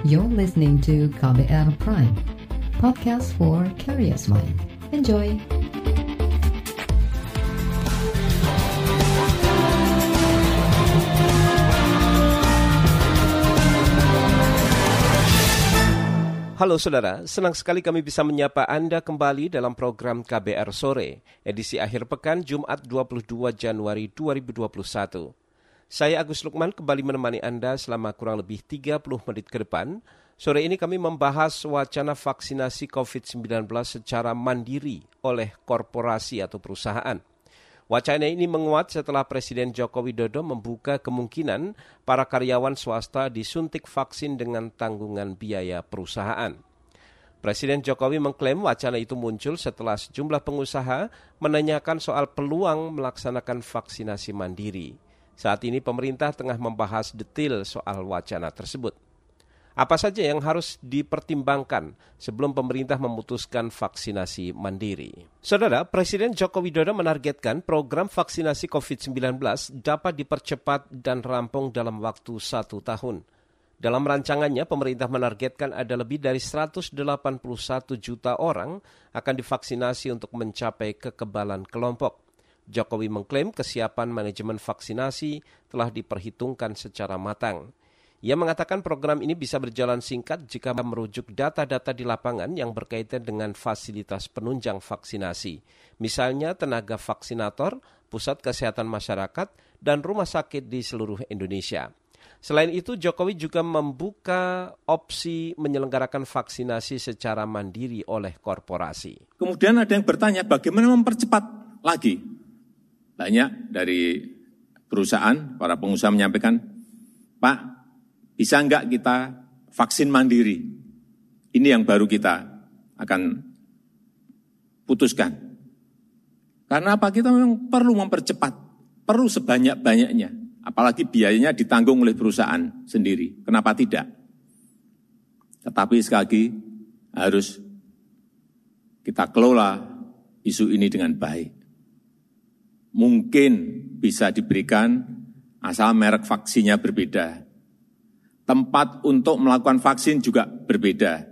You're listening to KBR Prime, podcast for curious mind. Enjoy! Halo saudara, senang sekali kami bisa menyapa Anda kembali dalam program KBR Sore, edisi akhir pekan Jumat 22 Januari 2021. Saya Agus Lukman kembali menemani Anda selama kurang lebih 30 menit ke depan. Sore ini kami membahas wacana vaksinasi COVID-19 secara mandiri oleh korporasi atau perusahaan. Wacana ini menguat setelah Presiden Joko Widodo membuka kemungkinan para karyawan swasta disuntik vaksin dengan tanggungan biaya perusahaan. Presiden Jokowi mengklaim wacana itu muncul setelah sejumlah pengusaha menanyakan soal peluang melaksanakan vaksinasi mandiri. Saat ini pemerintah tengah membahas detail soal wacana tersebut. Apa saja yang harus dipertimbangkan sebelum pemerintah memutuskan vaksinasi mandiri? Saudara, Presiden Joko Widodo menargetkan program vaksinasi COVID-19 dapat dipercepat dan rampung dalam waktu 1 tahun. Dalam rancangannya, pemerintah menargetkan ada lebih dari 181 juta orang akan divaksinasi untuk mencapai kekebalan kelompok. Jokowi mengklaim kesiapan manajemen vaksinasi telah diperhitungkan secara matang. Ia mengatakan program ini bisa berjalan singkat jika merujuk data-data di lapangan yang berkaitan dengan fasilitas penunjang vaksinasi. Misalnya tenaga vaksinator, pusat kesehatan masyarakat, dan rumah sakit di seluruh Indonesia. Selain itu, Jokowi juga membuka opsi menyelenggarakan vaksinasi secara mandiri oleh korporasi. Kemudian ada yang bertanya bagaimana mempercepat lagi. Banyak dari perusahaan, para pengusaha menyampaikan, Pak, bisa enggak kita vaksin mandiri? Ini yang baru kita akan putuskan. Karena apa? Kita memang perlu mempercepat, perlu sebanyak-banyaknya. Apalagi biayanya ditanggung oleh perusahaan sendiri. Kenapa tidak? Tetapi sekali lagi harus kita kelola isu ini dengan baik. Mungkin bisa diberikan asal merek vaksinnya berbeda. Tempat untuk melakukan vaksin juga berbeda.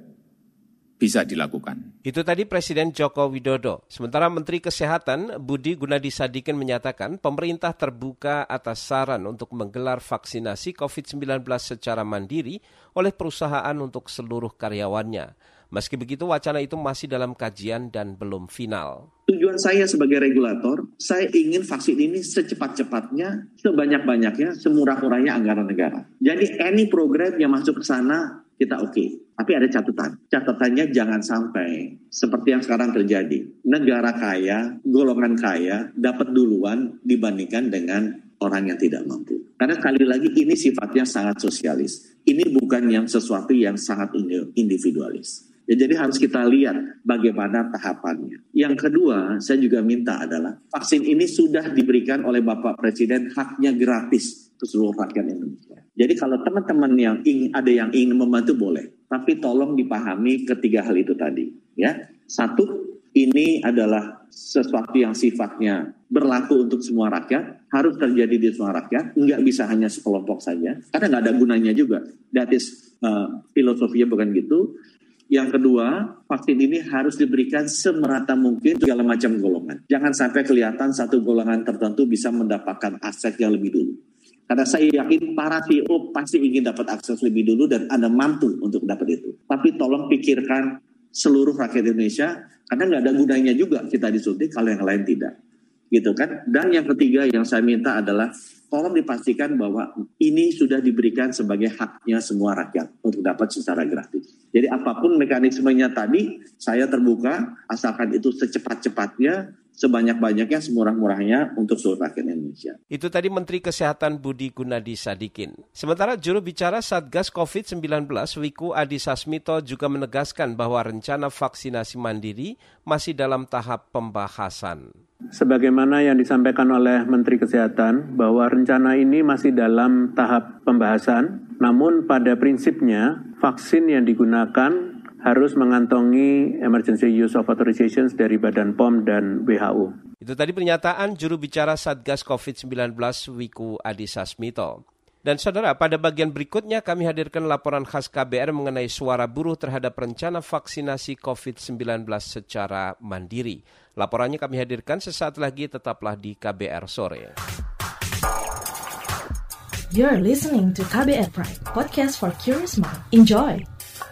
Bisa dilakukan. Itu tadi Presiden Joko Widodo. Sementara Menteri Kesehatan Budi Gunadi Sadikin menyatakan pemerintah terbuka atas saran untuk menggelar vaksinasi COVID-19 secara mandiri oleh perusahaan untuk seluruh karyawannya. Meski begitu, wacana itu masih dalam kajian dan belum final. Tujuan saya sebagai regulator, saya ingin vaksin ini secepat-cepatnya, sebanyak-banyaknya, semurah-murahnya anggaran negara. Jadi any program yang masuk ke sana, kita oke. Tapi ada catatan. Catatannya jangan sampai seperti yang sekarang terjadi. Negara kaya, golongan kaya, dapat duluan dibandingkan dengan orang yang tidak mampu. Karena sekali lagi ini sifatnya sangat sosialis. Ini bukan yang sesuatu yang sangat individualis. Ya, jadi harus kita lihat bagaimana tahapannya. Yang kedua, saya juga minta adalah vaksin ini sudah diberikan oleh Bapak Presiden haknya gratis ke seluruh rakyat Indonesia. Jadi kalau teman-teman yang ingin membantu boleh, tapi tolong dipahami ketiga hal itu tadi. Ya, satu, ini adalah sesuatu yang sifatnya berlaku untuk semua rakyat, harus terjadi di semua rakyat, nggak bisa hanya sekelompok saja, karena nggak ada gunanya juga. That is filosofinya bukan gitu. Yang kedua, vaksin ini harus diberikan semerata mungkin segala macam golongan. Jangan sampai kelihatan satu golongan tertentu bisa mendapatkan akses yang lebih dulu. Karena saya yakin para CEO pasti ingin dapat akses lebih dulu dan Anda mampu untuk dapat itu. Tapi tolong pikirkan seluruh rakyat Indonesia, karena nggak ada gunanya juga kita disuntik kalau yang lain tidak. Gitu kan? Dan yang ketiga yang saya minta adalah tolong dipastikan bahwa ini sudah diberikan sebagai haknya semua rakyat untuk dapat secara gratis. Jadi apapun mekanismenya tadi, saya terbuka asalkan itu secepat-cepatnya, sebanyak-banyaknya, semurah-murahnya untuk seluruh rakyat Indonesia. Itu tadi Menteri Kesehatan Budi Gunadi Sadikin. Sementara juru bicara Satgas COVID-19 Wiku Adhisa Smito juga menegaskan bahwa rencana vaksinasi mandiri masih dalam tahap pembahasan. Sebagaimana yang disampaikan oleh Menteri Kesehatan bahwa rencana ini masih dalam tahap pembahasan, namun pada prinsipnya vaksin yang digunakan harus mengantongi Emergency Use of Authorizations dari Badan POM dan WHO. Itu tadi pernyataan juru bicara Satgas COVID-19 Wiku Adhisa Smito. Dan saudara, pada bagian berikutnya kami hadirkan laporan khas KBR mengenai suara buruh terhadap rencana vaksinasi COVID-19 secara mandiri. Laporannya kami hadirkan sesaat lagi, tetaplah di KBR Sore. You're listening to KBR Pride, podcast for curious mind. Enjoy!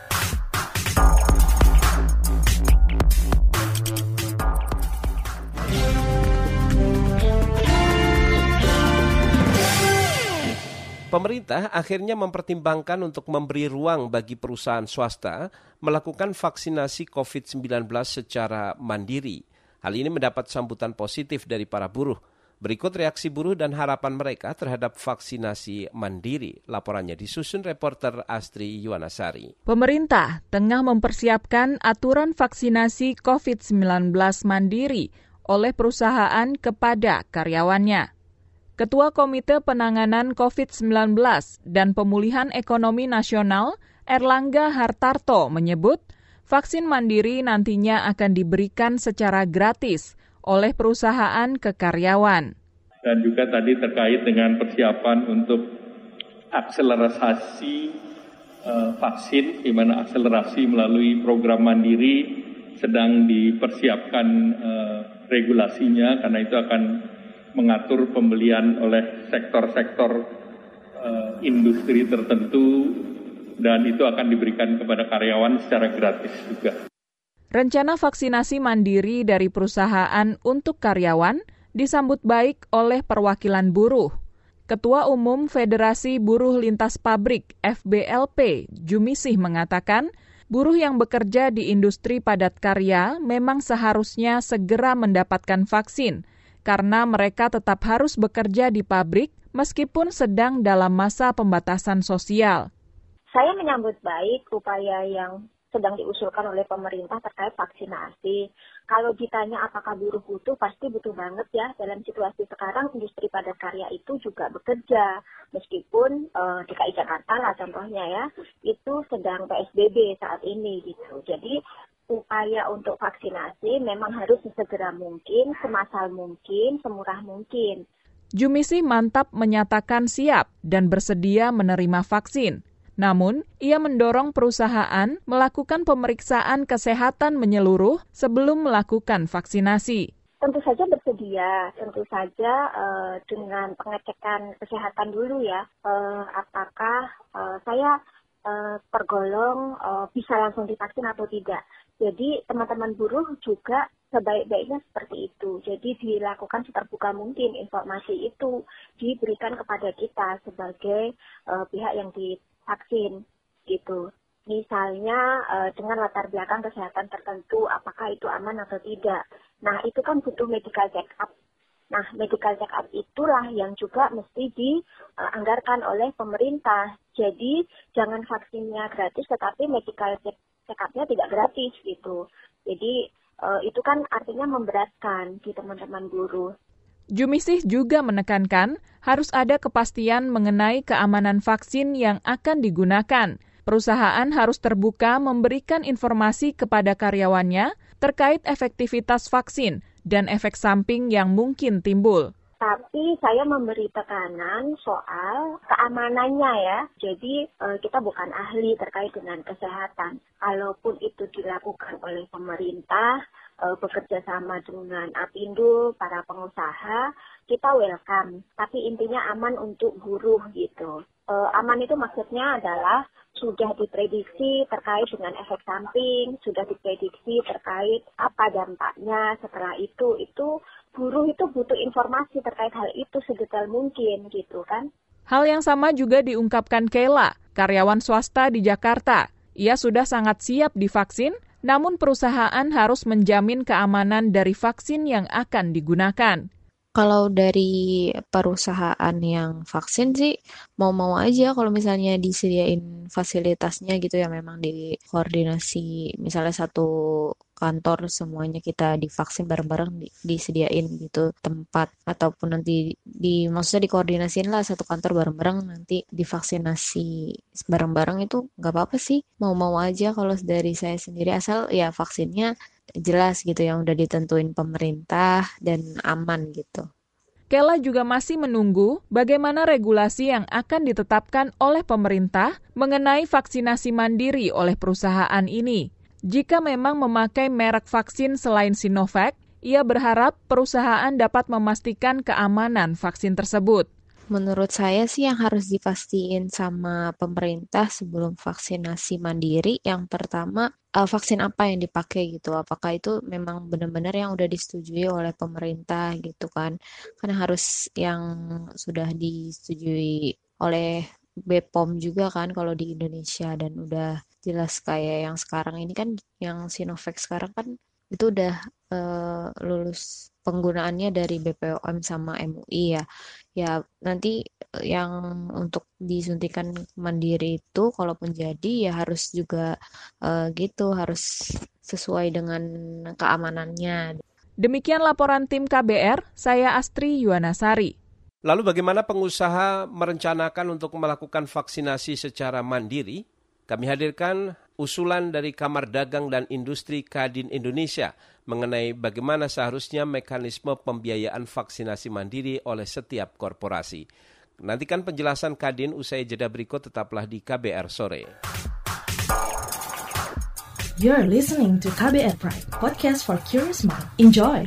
Pemerintah akhirnya mempertimbangkan untuk memberi ruang bagi perusahaan swasta melakukan vaksinasi COVID-19 secara mandiri. Hal ini mendapat sambutan positif dari para buruh. Berikut reaksi buruh dan harapan mereka terhadap vaksinasi mandiri. Laporannya disusun reporter Astri Yuwanasari. Pemerintah tengah mempersiapkan aturan vaksinasi COVID-19 mandiri oleh perusahaan kepada karyawannya. Ketua Komite Penanganan COVID-19 dan Pemulihan Ekonomi Nasional, Erlangga Hartarto, menyebut vaksin mandiri nantinya akan diberikan secara gratis oleh perusahaan ke karyawan. Dan juga tadi terkait dengan persiapan untuk akselerasi vaksin, di mana akselerasi melalui program mandiri sedang dipersiapkan regulasinya, karena itu akan mengatur pembelian oleh sektor-sektor industri tertentu, dan itu akan diberikan kepada karyawan secara gratis juga. Rencana vaksinasi mandiri dari perusahaan untuk karyawan disambut baik oleh perwakilan buruh. Ketua Umum Federasi Buruh Lintas Pabrik FBLP, Jumisih, mengatakan buruh yang bekerja di industri padat karya memang seharusnya segera mendapatkan vaksin, karena mereka tetap harus bekerja di pabrik meskipun sedang dalam masa pembatasan sosial. Saya menyambut baik upaya yang sedang diusulkan oleh pemerintah terkait vaksinasi. Kalau ditanya apakah buruh butuh, pasti butuh banget ya. Dalam situasi sekarang, industri padat karya itu juga bekerja. Meskipun DKI Jakarta lah contohnya ya, itu sedang PSBB saat ini gitu. Jadi upaya untuk vaksinasi memang harus sesegera mungkin, semassal mungkin, semurah mungkin. Jumisih mantap menyatakan siap dan bersedia menerima vaksin. Namun, ia mendorong perusahaan melakukan pemeriksaan kesehatan menyeluruh sebelum melakukan vaksinasi. Tentu saja bersedia, tentu saja dengan pengecekan kesehatan dulu ya, apakah saya tergolong bisa langsung divaksin atau tidak. Jadi teman-teman buruh juga sebaik-baiknya seperti itu. Jadi dilakukan seterbuka mungkin informasi itu diberikan kepada kita sebagai pihak yang divaksin gitu. Misalnya dengan latar belakang kesehatan tertentu, apakah itu aman atau tidak. Nah itu kan butuh medical check-up. Nah, medical check-up itulah yang juga mesti dianggarkan oleh pemerintah. Jadi, jangan vaksinnya gratis, tetapi medical check-up-nya tidak gratis, gitu. Jadi, itu kan artinya memberatkan di teman-teman buruh. Jumisih juga menekankan harus ada kepastian mengenai keamanan vaksin yang akan digunakan. Perusahaan harus terbuka memberikan informasi kepada karyawannya terkait efektivitas vaksin dan efek samping yang mungkin timbul. Tapi saya memberi tekanan soal keamanannya ya. Jadi kita bukan ahli terkait dengan kesehatan. Kalaupun itu dilakukan oleh pemerintah, bekerja sama dengan Apindo, para pengusaha, kita welcome. Tapi intinya aman untuk buruh gitu. Aman itu maksudnya adalah sudah diprediksi terkait dengan efek samping, sudah diprediksi terkait apa dampaknya. Setelah itu buruh itu butuh informasi terkait hal itu sedetail mungkin gitu kan. Hal yang sama juga diungkapkan Kela, karyawan swasta di Jakarta. Ia sudah sangat siap divaksin, namun perusahaan harus menjamin keamanan dari vaksin yang akan digunakan. Kalau dari perusahaan yang vaksin sih mau-mau aja kalau misalnya disediain fasilitasnya gitu ya, memang dikoordinasi misalnya satu kantor semuanya kita divaksin bareng-bareng disediain gitu tempat, ataupun nanti maksudnya dikoordinasiin lah satu kantor bareng-bareng nanti divaksinasi bareng-bareng, itu nggak apa-apa sih, mau-mau aja kalau dari saya sendiri, asal ya vaksinnya jelas gitu yang udah ditentuin pemerintah dan aman gitu. Kela juga masih menunggu bagaimana regulasi yang akan ditetapkan oleh pemerintah mengenai vaksinasi mandiri oleh perusahaan ini. Jika memang memakai merek vaksin selain Sinovac, ia berharap perusahaan dapat memastikan keamanan vaksin tersebut. Menurut saya sih yang harus dipastiin sama pemerintah sebelum vaksinasi mandiri, yang pertama vaksin apa yang dipakai gitu. Apakah itu memang benar-benar yang udah disetujui oleh pemerintah gitu kan. Karena harus yang sudah disetujui oleh BPOM juga kan kalau di Indonesia, dan udah jelas kayak yang sekarang ini kan, yang Sinovac sekarang kan itu udah lulus penggunaannya dari BPOM sama MUI ya. Ya nanti yang untuk disuntikan mandiri itu kalaupun jadi ya harus juga gitu, harus sesuai dengan keamanannya. Demikian laporan tim KBR, saya Astri Yuwanasari. Lalu bagaimana pengusaha merencanakan untuk melakukan vaksinasi secara mandiri? Kami hadirkan usulan dari Kamar Dagang dan Industri Kadin Indonesia mengenai bagaimana seharusnya mekanisme pembiayaan vaksinasi mandiri oleh setiap korporasi. Nantikan penjelasan Kadin usai jeda berikut, tetaplah di KBR Sore. You're listening to KBR Pride, podcast for curious mind. Enjoy!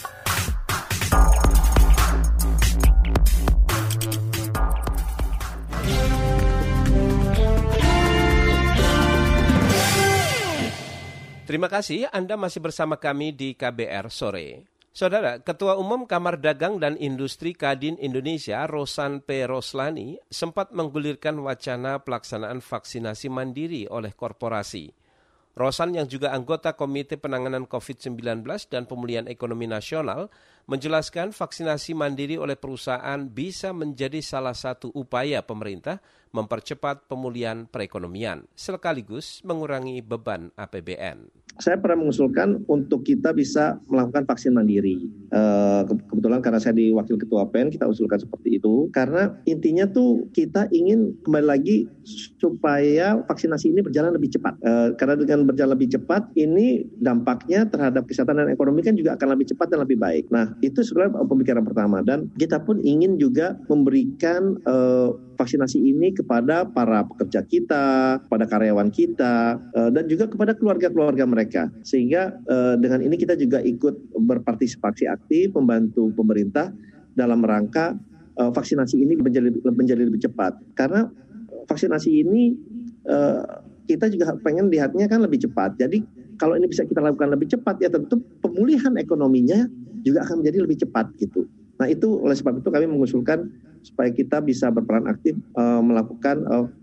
Terima kasih Anda masih bersama kami di KBR Sore. Saudara, Ketua Umum Kamar Dagang dan Industri Kadin Indonesia, Rosan P. Roslani, sempat menggulirkan wacana pelaksanaan vaksinasi mandiri oleh korporasi. Rosan yang juga anggota Komite Penanganan COVID-19 dan Pemulihan Ekonomi Nasional menjelaskan vaksinasi mandiri oleh perusahaan bisa menjadi salah satu upaya pemerintah mempercepat pemulihan perekonomian, sekaligus mengurangi beban APBN. Saya pernah mengusulkan untuk kita bisa melakukan vaksin mandiri. Kebetulan karena saya di Wakil Ketua PEN, kita usulkan seperti itu. Karena intinya tuh kita ingin kembali lagi supaya vaksinasi ini berjalan lebih cepat. Karena dengan berjalan lebih cepat, ini dampaknya terhadap kesehatan dan ekonomi kan juga akan lebih cepat dan lebih baik. Nah, itu sebenarnya pemikiran pertama. Dan kita pun ingin juga memberikan vaksinasi ini kepada para pekerja kita, kepada karyawan kita, dan juga kepada keluarga-keluarga mereka. Sehingga dengan ini kita juga ikut berpartisipasi aktif, membantu pemerintah dalam rangka vaksinasi ini menjadi lebih cepat. Karena vaksinasi ini kita juga pengen lihatnya kan lebih cepat. Jadi kalau ini bisa kita lakukan lebih cepat, ya tentu pemulihan ekonominya juga akan menjadi lebih cepat gitu. Nah itu oleh sebab itu kami mengusulkan supaya kita bisa berperan aktif melakukan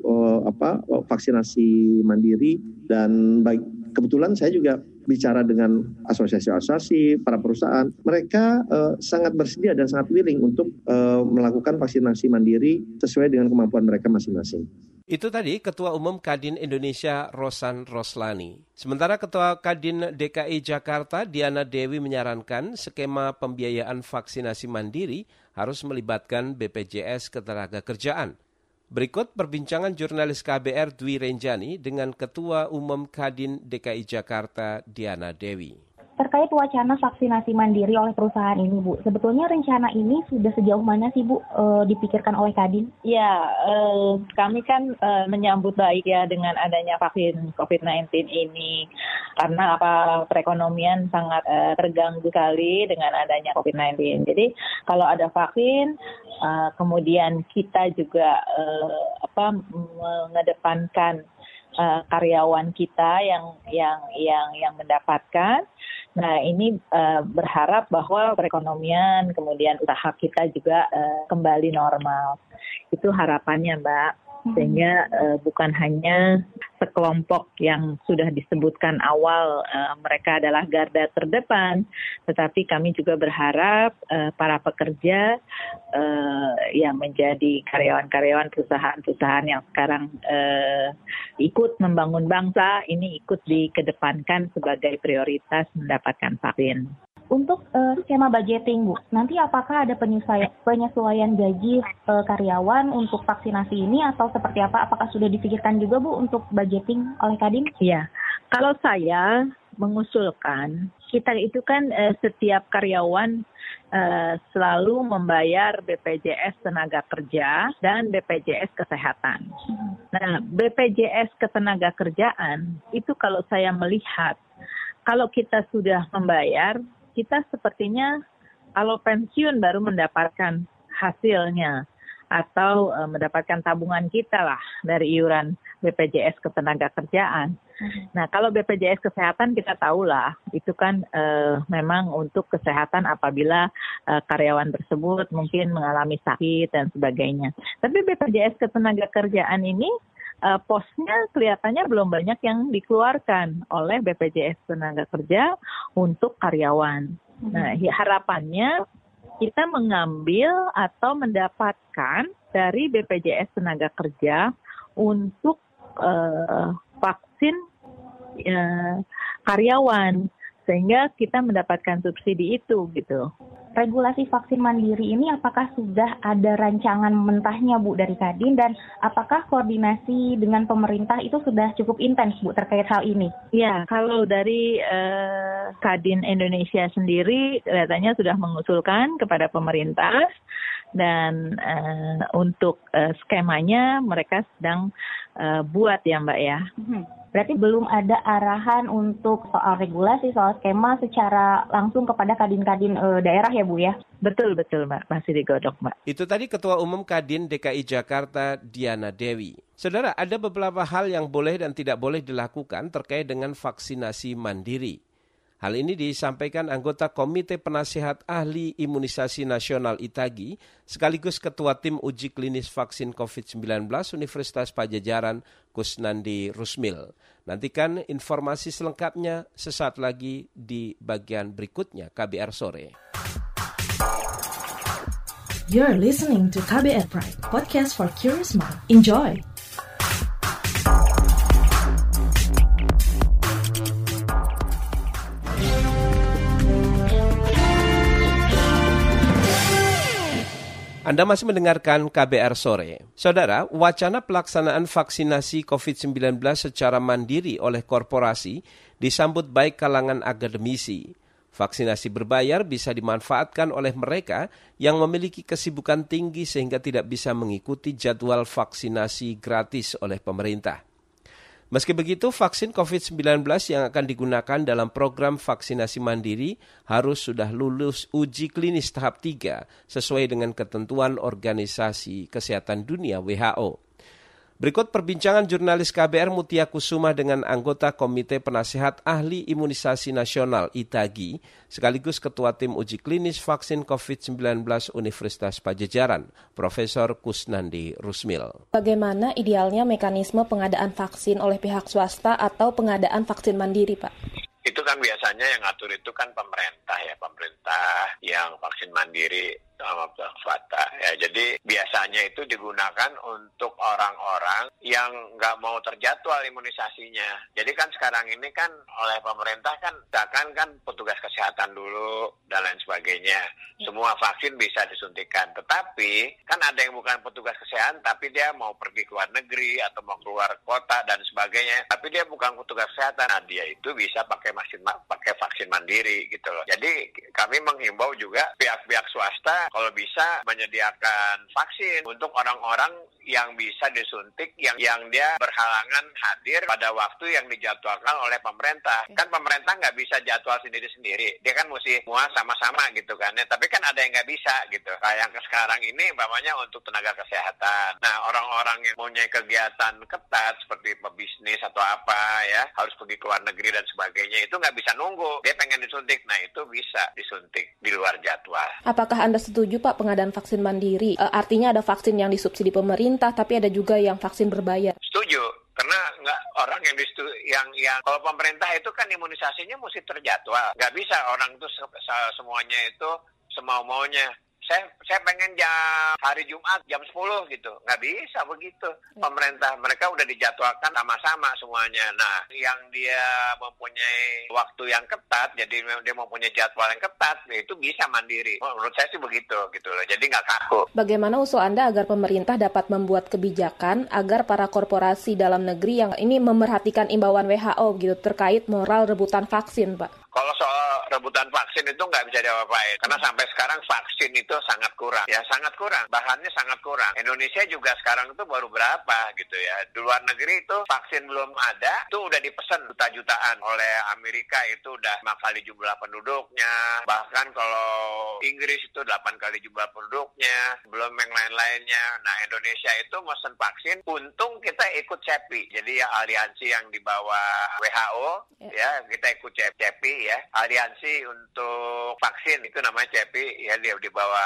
vaksinasi mandiri. Dan kebetulan saya juga bicara dengan asosiasi-asosiasi, para perusahaan, mereka sangat bersedia dan sangat willing untuk melakukan vaksinasi mandiri sesuai dengan kemampuan mereka masing-masing. Itu tadi Ketua Umum Kadin Indonesia Rosan Roslani. Sementara Ketua Kadin DKI Jakarta Diana Dewi menyarankan skema pembiayaan vaksinasi mandiri harus melibatkan BPJS Ketenagakerjaan. Berikut perbincangan jurnalis KBR Dwi Renjani dengan Ketua Umum Kadin DKI Jakarta Diana Dewi. Terkait wacana vaksinasi mandiri oleh perusahaan ini, Bu, sebetulnya rencana ini sudah sejauh mana sih, Bu, dipikirkan oleh Kadin? Ya, kami kan menyambut baik ya dengan adanya vaksin COVID-19 ini. Karena perekonomian sangat terganggu sekali dengan adanya COVID-19. Jadi kalau ada vaksin, kemudian kita juga mengedepankan karyawan kita yang mendapatkan. Nah ini berharap bahwa perekonomian kemudian usaha kita juga kembali normal. Itu harapannya, Mbak. Sehingga bukan hanya sekelompok yang sudah disebutkan awal mereka adalah garda terdepan, tetapi kami juga berharap para pekerja yang menjadi karyawan-karyawan perusahaan-perusahaan yang sekarang ikut membangun bangsa, ini ikut dikedepankan sebagai prioritas mendapatkan vaksin. Untuk skema budgeting, Bu, nanti apakah ada penyesuaian gaji karyawan untuk vaksinasi ini atau seperti apa? Apakah sudah dipikirkan juga, Bu, untuk budgeting oleh Kadin? Iya, kalau saya mengusulkan kita itu kan setiap karyawan selalu membayar BPJS tenaga kerja dan BPJS kesehatan. Nah, BPJS ketenaga kerjaan itu kalau saya melihat, kalau kita sudah membayar, kita sepertinya kalau pensiun baru mendapatkan hasilnya atau mendapatkan tabungan kita lah dari iuran BPJS ketenaga kerjaan. Nah, kalau BPJS kesehatan kita tahulah itu kan memang untuk kesehatan apabila karyawan tersebut mungkin mengalami sakit dan sebagainya. Tapi BPJS ketenaga kerjaan ini posnya kelihatannya belum banyak yang dikeluarkan oleh BPJS tenaga kerja untuk karyawan. Nah, harapannya kita mengambil atau mendapatkan dari BPJS tenaga kerja untuk vaksin karyawan, sehingga kita mendapatkan subsidi itu gitu. Regulasi vaksin mandiri ini apakah sudah ada rancangan mentahnya Bu dari Kadin, dan apakah koordinasi dengan pemerintah itu sudah cukup intens Bu terkait hal ini? Ya, kalau dari Kadin Indonesia sendiri kelihatannya sudah mengusulkan kepada pemerintah, dan untuk skemanya mereka sedang buat ya Mbak ya. Berarti belum ada arahan untuk soal regulasi, soal skema secara langsung kepada kadin-kadin daerah ya Bu ya? Betul Mbak, masih digodok Mbak. Itu tadi Ketua Umum Kadin DKI Jakarta Diana Dewi. Saudara, ada beberapa hal yang boleh dan tidak boleh dilakukan terkait dengan vaksinasi mandiri. Hal ini disampaikan anggota Komite Penasihat Ahli Imunisasi Nasional ITAGI, sekaligus Ketua Tim Uji Klinis Vaksin COVID-19 Universitas Padjadjaran, Kusnandi Rusmil. Nantikan informasi selengkapnya sesaat lagi di bagian berikutnya KBR Sore. You're listening to KBR Pride, podcast for curious mind. Enjoy! Anda masih mendengarkan KBR Sore. Saudara, wacana pelaksanaan vaksinasi COVID-19 secara mandiri oleh korporasi disambut baik kalangan akademisi. Vaksinasi berbayar bisa dimanfaatkan oleh mereka yang memiliki kesibukan tinggi sehingga tidak bisa mengikuti jadwal vaksinasi gratis oleh pemerintah. Meski begitu, vaksin COVID-19 yang akan digunakan dalam program vaksinasi mandiri harus sudah lulus uji klinis tahap 3 sesuai dengan ketentuan Organisasi Kesehatan Dunia WHO. Berikut perbincangan jurnalis KBR Mutia Kusuma dengan anggota Komite Penasihat Ahli Imunisasi Nasional ITAGI, sekaligus Ketua Tim Uji Klinis Vaksin COVID-19 Universitas Padjadjaran, Profesor Kusnandi Rusmil. Bagaimana idealnya mekanisme pengadaan vaksin oleh pihak swasta atau pengadaan vaksin mandiri, Pak? Itu kan biasanya yang ngatur itu kan pemerintah yang vaksin mandiri sama swasta ya. Jadi biasanya itu digunakan untuk orang-orang yang nggak mau terjadwal imunisasinya. Jadi kan sekarang ini kan oleh pemerintah kan petugas kesehatan dulu dan lain sebagainya. Semua vaksin bisa disuntikan. Tetapi kan ada yang bukan petugas kesehatan tapi dia mau pergi ke luar negeri atau mau keluar kota dan sebagainya. Tapi dia bukan petugas kesehatan. Nah, dia itu bisa pakai vaksin mandiri gitu loh. Jadi kami menghimbau juga pihak-pihak swasta kalau bisa menyediakan vaksin untuk orang-orang yang bisa disuntik yang dia berhalangan hadir pada waktu yang dijadwalkan oleh pemerintah. Kan pemerintah nggak bisa jadwal sendiri-sendiri. Dia kan mesti semua sama-sama gitu kan. Ya, tapi kan ada yang nggak bisa gitu. Kayak yang sekarang ini umpamanya untuk tenaga kesehatan. Nah, orang-orang yang punya kegiatan ketat seperti pebisnis atau apa ya, harus pergi ke luar negeri dan sebagainya, itu nggak bisa nunggu. Dia pengen disuntik. Nah, itu bisa disuntik di luar jadwal. Apakah Anda setuju Pak pengadaan vaksin mandiri? Artinya ada vaksin yang disubsidi pemerintah, tapi ada juga yang vaksin berbayar. Setuju, karena nggak orang yang kalau pemerintah itu kan imunisasinya mesti terjadwal. Nggak bisa orang itu semuanya itu semau-maunya. Saya pengen hari Jumat jam 10 gitu. Nggak bisa begitu. Pemerintah, mereka udah dijadwalkan sama-sama semuanya. Nah, yang dia mempunyai waktu yang ketat, jadi dia mempunyai jadwal yang ketat, itu bisa mandiri. Menurut saya sih begitu gitu loh. Jadi nggak kaku. Bagaimana usul Anda agar pemerintah dapat membuat kebijakan agar para korporasi dalam negeri yang ini memerhatikan imbauan WHO gitu terkait moral rebutan vaksin, Pak? Kalau soal rebutan vaksin itu nggak bisa diapa-apain. Karena sampai sekarang vaksin itu sangat kurang. Ya sangat kurang. Bahannya sangat kurang. Indonesia juga sekarang itu baru berapa gitu ya. Di luar negeri itu vaksin belum ada. Itu udah dipesan juta-jutaan oleh Amerika, itu udah 5 kali jumlah penduduknya. Bahkan kalau Inggris itu 8 kali jumlah penduduknya. Belum yang lain-lainnya. Nah, Indonesia itu mesen vaksin. Untung kita ikut CEPI. Jadi ya aliansi yang di bawah WHO, ya kita ikut CEPI ya. Aliansi untuk vaksin itu namanya CEPI, ya dia di bawah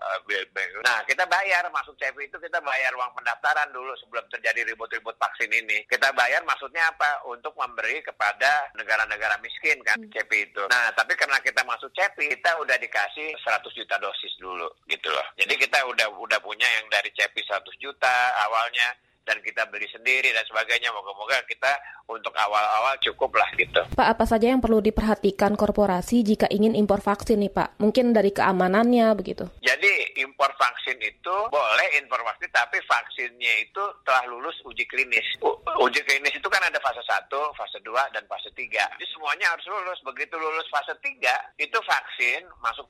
Nah, kita bayar masuk CEPI itu, kita bayar uang pendaftaran dulu sebelum terjadi ribut-ribut vaksin ini. Kita bayar maksudnya apa? Untuk memberi kepada negara-negara miskin kan, CEPI itu. Nah, tapi karena kita masuk CEPI, kita udah dikasih 100 juta dosis dulu gitu loh. Jadi kita udah punya yang dari CEPI 100 juta awalnya, dan kita beli sendiri dan sebagainya. Moga-moga kita untuk awal-awal cukup lah gitu. Pak, apa saja yang perlu diperhatikan korporasi jika ingin impor vaksin nih Pak? Mungkin dari keamanannya begitu. Jadi impor vaksin itu boleh impor vaksin, tapi vaksinnya itu telah lulus uji klinis. Uji klinis itu kan ada fase 1, fase 2, dan fase 3. Jadi semuanya harus lulus. Begitu lulus fase 3, itu vaksin masuk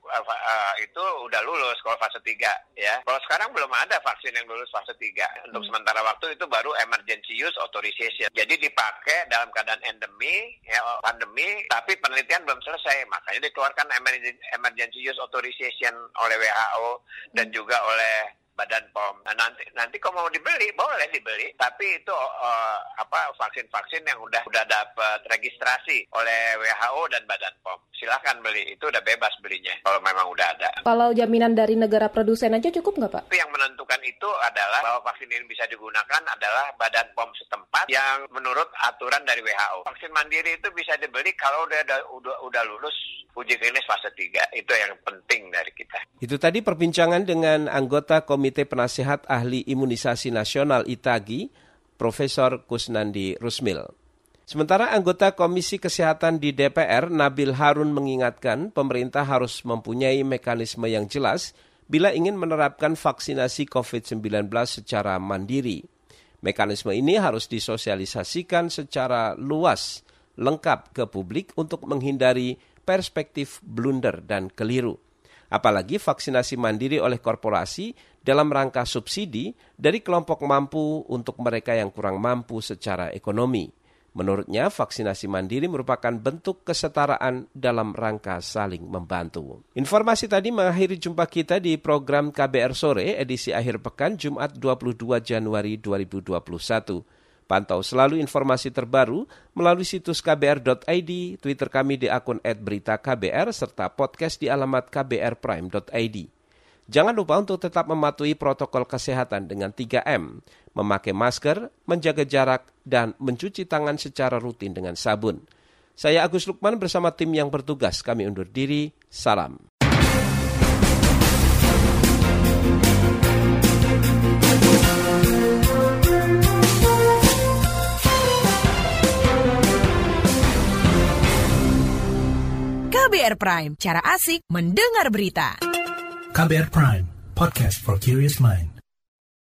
itu udah lulus kalau fase 3 ya. Kalau sekarang belum ada vaksin yang lulus fase 3. Untuk sementara waktu itu baru emergency use authorization. Jadi dipakai dalam keadaan endemi, ya, pandemi, tapi penelitian belum selesai. Makanya dikeluarkan emergency use authorization oleh WHO dan juga oleh Badan POM. Nah, nanti kalau mau dibeli boleh dibeli, tapi itu vaksin-vaksin yang udah dapat registrasi oleh WHO dan Badan POM. Silahkan beli, itu udah bebas belinya kalau memang udah ada. Kalau jaminan dari negara produsen aja cukup nggak Pak? Yang menentukan itu adalah bahwa vaksin ini bisa digunakan adalah Badan POM setempat yang menurut aturan dari WHO. Vaksin mandiri itu bisa dibeli kalau udah lulus uji klinis fase 3. Itu yang penting dari kita. Itu tadi perbincangan dengan anggota Komite Penasehat Ahli Imunisasi Nasional ITAGI, Profesor Kusnandi Rusmil. Sementara anggota Komisi Kesehatan di DPR, Nabil Harun, mengingatkan pemerintah harus mempunyai mekanisme yang jelas bila ingin menerapkan vaksinasi COVID-19 secara mandiri. Mekanisme ini harus disosialisasikan secara luas, lengkap ke publik untuk menghindari perspektif blunder dan keliru. Apalagi vaksinasi mandiri oleh korporasi dalam rangka subsidi dari kelompok mampu untuk mereka yang kurang mampu secara ekonomi. Menurutnya, vaksinasi mandiri merupakan bentuk kesetaraan dalam rangka saling membantu. Informasi tadi mengakhiri jumpa kita di program KBR Sore edisi akhir pekan Jumat 22 Januari 2021. Pantau selalu informasi terbaru melalui situs kbr.id, Twitter kami di akun @beritaKBR, serta podcast di alamat kbrprime.id. Jangan lupa untuk tetap mematuhi protokol kesehatan dengan 3M, memakai masker, menjaga jarak, dan mencuci tangan secara rutin dengan sabun. Saya Agus Lukman bersama tim yang bertugas, kami undur diri, salam. KBR Prime, cara asik mendengar berita. KBR Prime, podcast for curious mind.